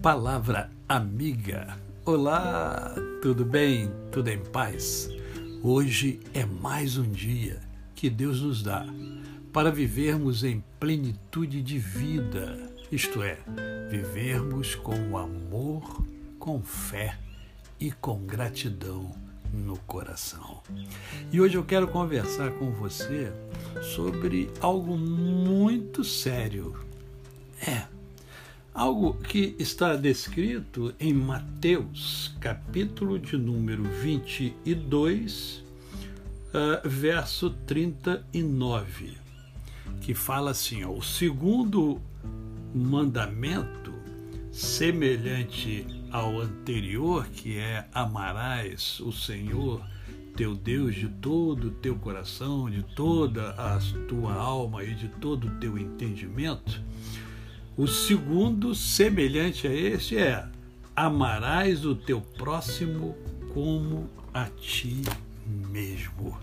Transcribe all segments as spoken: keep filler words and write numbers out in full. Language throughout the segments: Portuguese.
Palavra amiga. Olá, tudo bem? Tudo em paz? Hoje é mais um dia que Deus nos dá para vivermos em plenitude de vida, isto é, vivermos com amor, com fé e com gratidão no coração. E hoje eu quero conversar com você sobre algo muito sério. É, algo que está descrito em Mateus, capítulo de número vinte e dois, uh, verso trinta e nove, que fala assim, ó, o segundo mandamento, semelhante ao anterior, que é amarás o Senhor teu Deus de todo o teu coração, de toda a tua alma e de todo o teu entendimento. O segundo, semelhante a este, é amarás o teu próximo como a ti mesmo.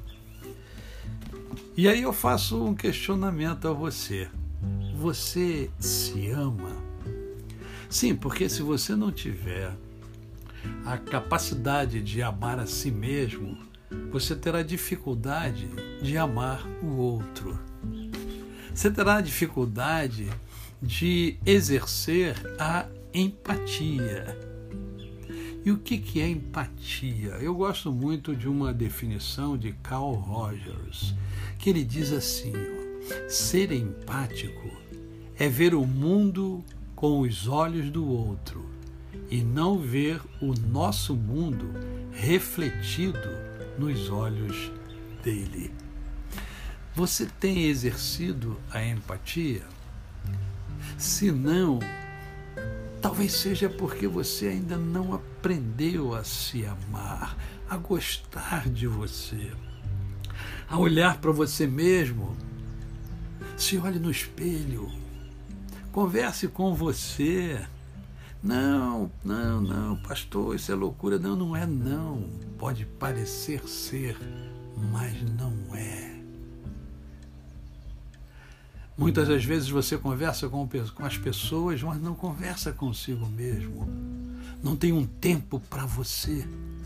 E aí eu faço um questionamento a você. Você se ama? Sim, porque se você não tiver a capacidade de amar a si mesmo, você terá dificuldade de amar o outro. Você terá dificuldade de exercer a empatia. E o que que é empatia? Eu gosto muito de uma definição de Carl Rogers, que ele diz assim, ó, ser empático é ver o mundo com os olhos do outro e não ver o nosso mundo refletido nos olhos dele. Você tem exercido a empatia? Se não, talvez seja porque você ainda não aprendeu a se amar, a gostar de você, a olhar para você mesmo. Se olhe no espelho, converse com você. Não, não, não, pastor, isso é loucura. Não, não é não. Pode parecer ser, mas não é. Muitas das vezes você conversa com, com as pessoas, mas não conversa consigo mesmo. Não tem um tempo para você.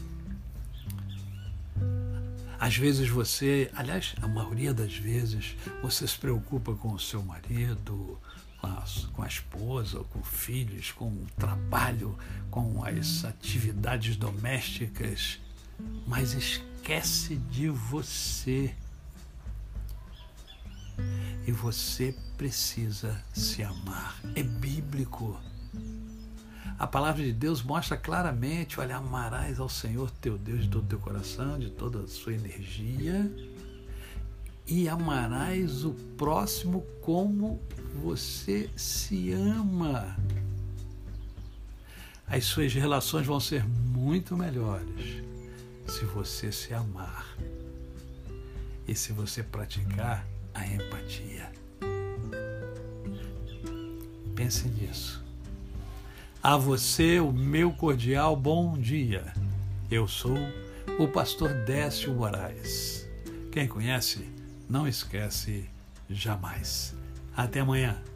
Às vezes você, aliás, a maioria das vezes, você se preocupa com o seu marido, com a, com a esposa, com filhos, com o trabalho, com as atividades domésticas, mas esquece de você. E você precisa se amar. É bíblico. A palavra de Deus mostra claramente, olha, amarás ao Senhor teu Deus de todo o teu coração, de toda a sua energia, e amarás o próximo como você se ama. As suas relações vão ser muito melhores se você se amar e se você praticar a empatia. Pense nisso. A você o meu cordial bom dia. Eu sou o pastor Décio Moraes. Quem conhece, não esquece jamais. Até amanhã.